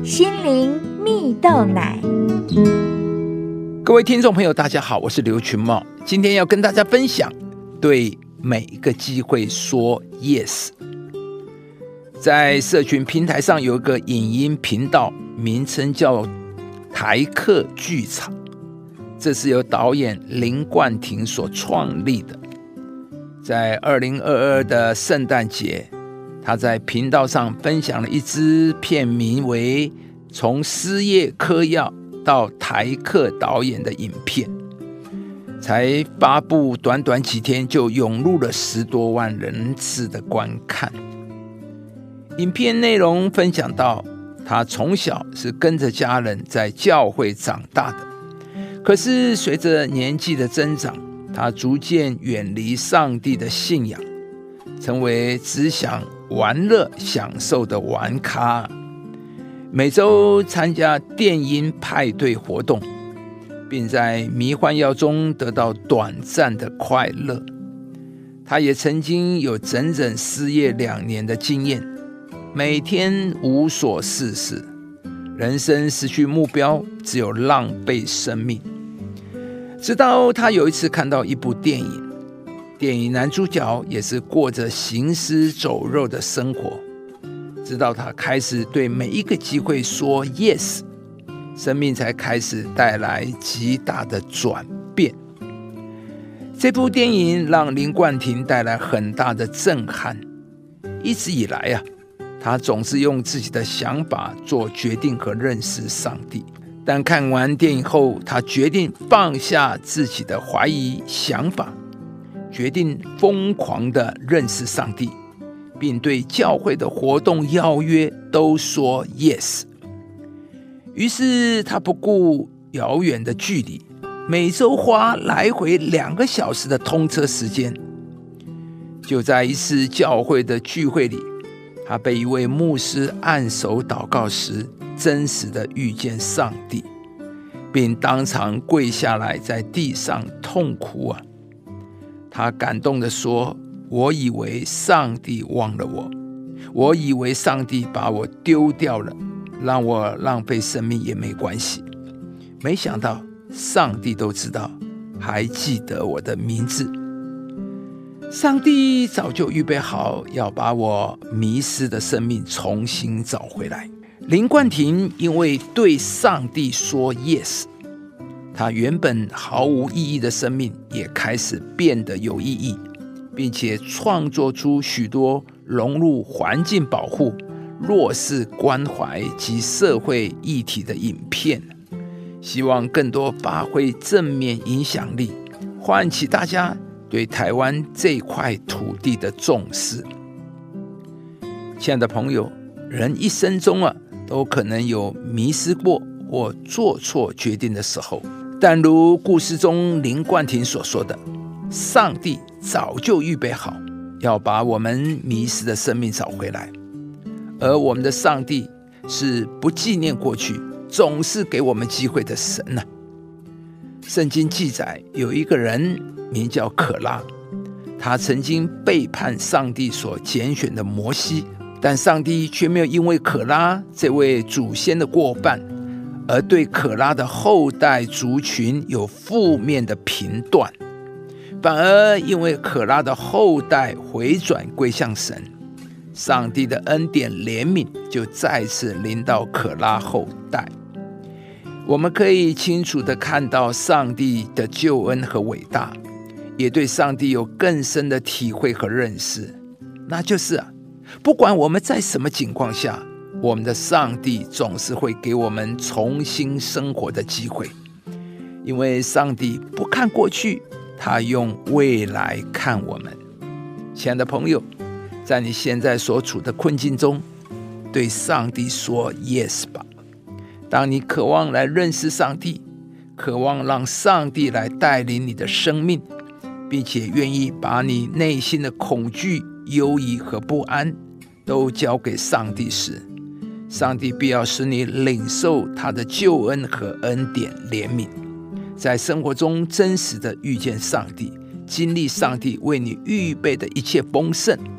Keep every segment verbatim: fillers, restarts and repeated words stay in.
心灵蜜豆奶。 各位听众朋友大家好，我是刘群茂，今天要跟大家分享对每一个机会说 yes。 在社群平台上有一个影音频道，名称叫台客剧场，这是由导演林冠廷所创立的。在二零二二的圣诞节，他在频道上分享了一支片名为《从失业嗑药到台客导演》的影片，才发布短短几天就涌入了十多万人次的观看。影片内容分享到，他从小是跟着家人在教会长大的，可是随着年纪的增长，他逐渐远离上帝的信仰，成为只想玩乐享受的玩咖，每周参加电音派对活动，并在迷幻药中得到短暂的快乐。他也曾经有整整失业两年的经验，每天无所事事，人生失去目标，只有浪费生命。直到他有一次看到一部电影，电影男主角也是过着行尸走肉的生活，直到他开始对每一个机会说 yes， 生命才开始带来极大的转变。这部电影让林冠廷带来很大的震撼，一直以来啊，他总是用自己的想法做决定和认识上帝，但看完电影后，他决定放下自己的怀疑想法，决定疯狂地认识上帝，并对教会的活动邀约都说 yes。 于是他不顾遥远的距离，每周花来回两个小时的通车时间。就在一次教会的聚会里，他被一位牧师按手祷告时，真实的遇见上帝，并当场跪下来在地上痛哭啊！他感动地说：“我以为上帝忘了我，我以为上帝把我丢掉了，让我浪费生命也没关系。没想到上帝都知道，还记得我的名字。上帝早就预备好要把我迷失的生命重新找回来。”林冠廷因为对上帝说 yes， 他原本毫无意义的生命也开始变得有意义，并且创作出许多融入环境保护、弱势关怀及社会议题的影片，希望更多发挥正面影响力，唤起大家对台湾这块土地的重视。亲爱的朋友，人一生中啊，都可能有迷失过或做错决定的时候，但如故事中林冠廷所说的，上帝早就预备好要把我们迷失的生命找回来，而我们的上帝是不纪念过去，总是给我们机会的神啊。圣经记载有一个人名叫可拉，他曾经背叛上帝所拣选的摩西，但上帝却没有因为可拉这位祖先的过犯而对可拉的后代族群有负面的评断，反而因为可拉的后代回转归向神，上帝的恩典怜悯就再次临到可拉后代。我们可以清楚地看到上帝的救恩和伟大，也对上帝有更深的体会和认识，那就是啊，不管我们在什么情况下，我们的上帝总是会给我们重新生活的机会，因为上帝不看过去，他用未来看我们。亲爱的朋友，在你现在所处的困境中，对上帝说 yes 吧。当你渴望来认识上帝，渴望让上帝来带领你的生命，并且愿意把你内心的恐惧、忧疑和不安都交给上帝时，上帝必要使你领受他的救恩和恩典怜悯，在生活中真实的遇见上帝，经历上帝为你预备的一切丰盛，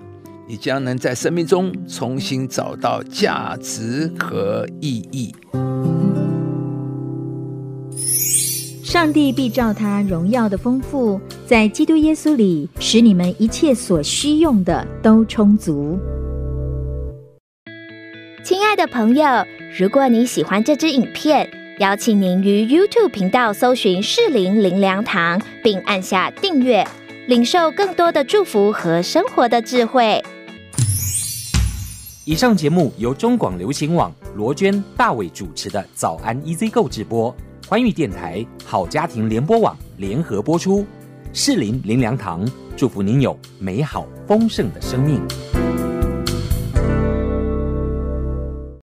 你将能在生命中重新找到价值和意义。 上帝必照他荣耀的丰富，在基督耶稣里，使你们一切所需用的都充足。 亲爱的朋友，如果你喜欢这支影片，邀请您于 YouTube 频道搜寻士林灵粮堂，并按下订阅，领受更多的祝福和生活的智慧。 以上节目由中广流行网罗娟、大伟主持的早安 E Z Go 直播，欢愉电台、好家庭联播网联合播出。士林灵粮堂祝福您有美好丰盛的生命。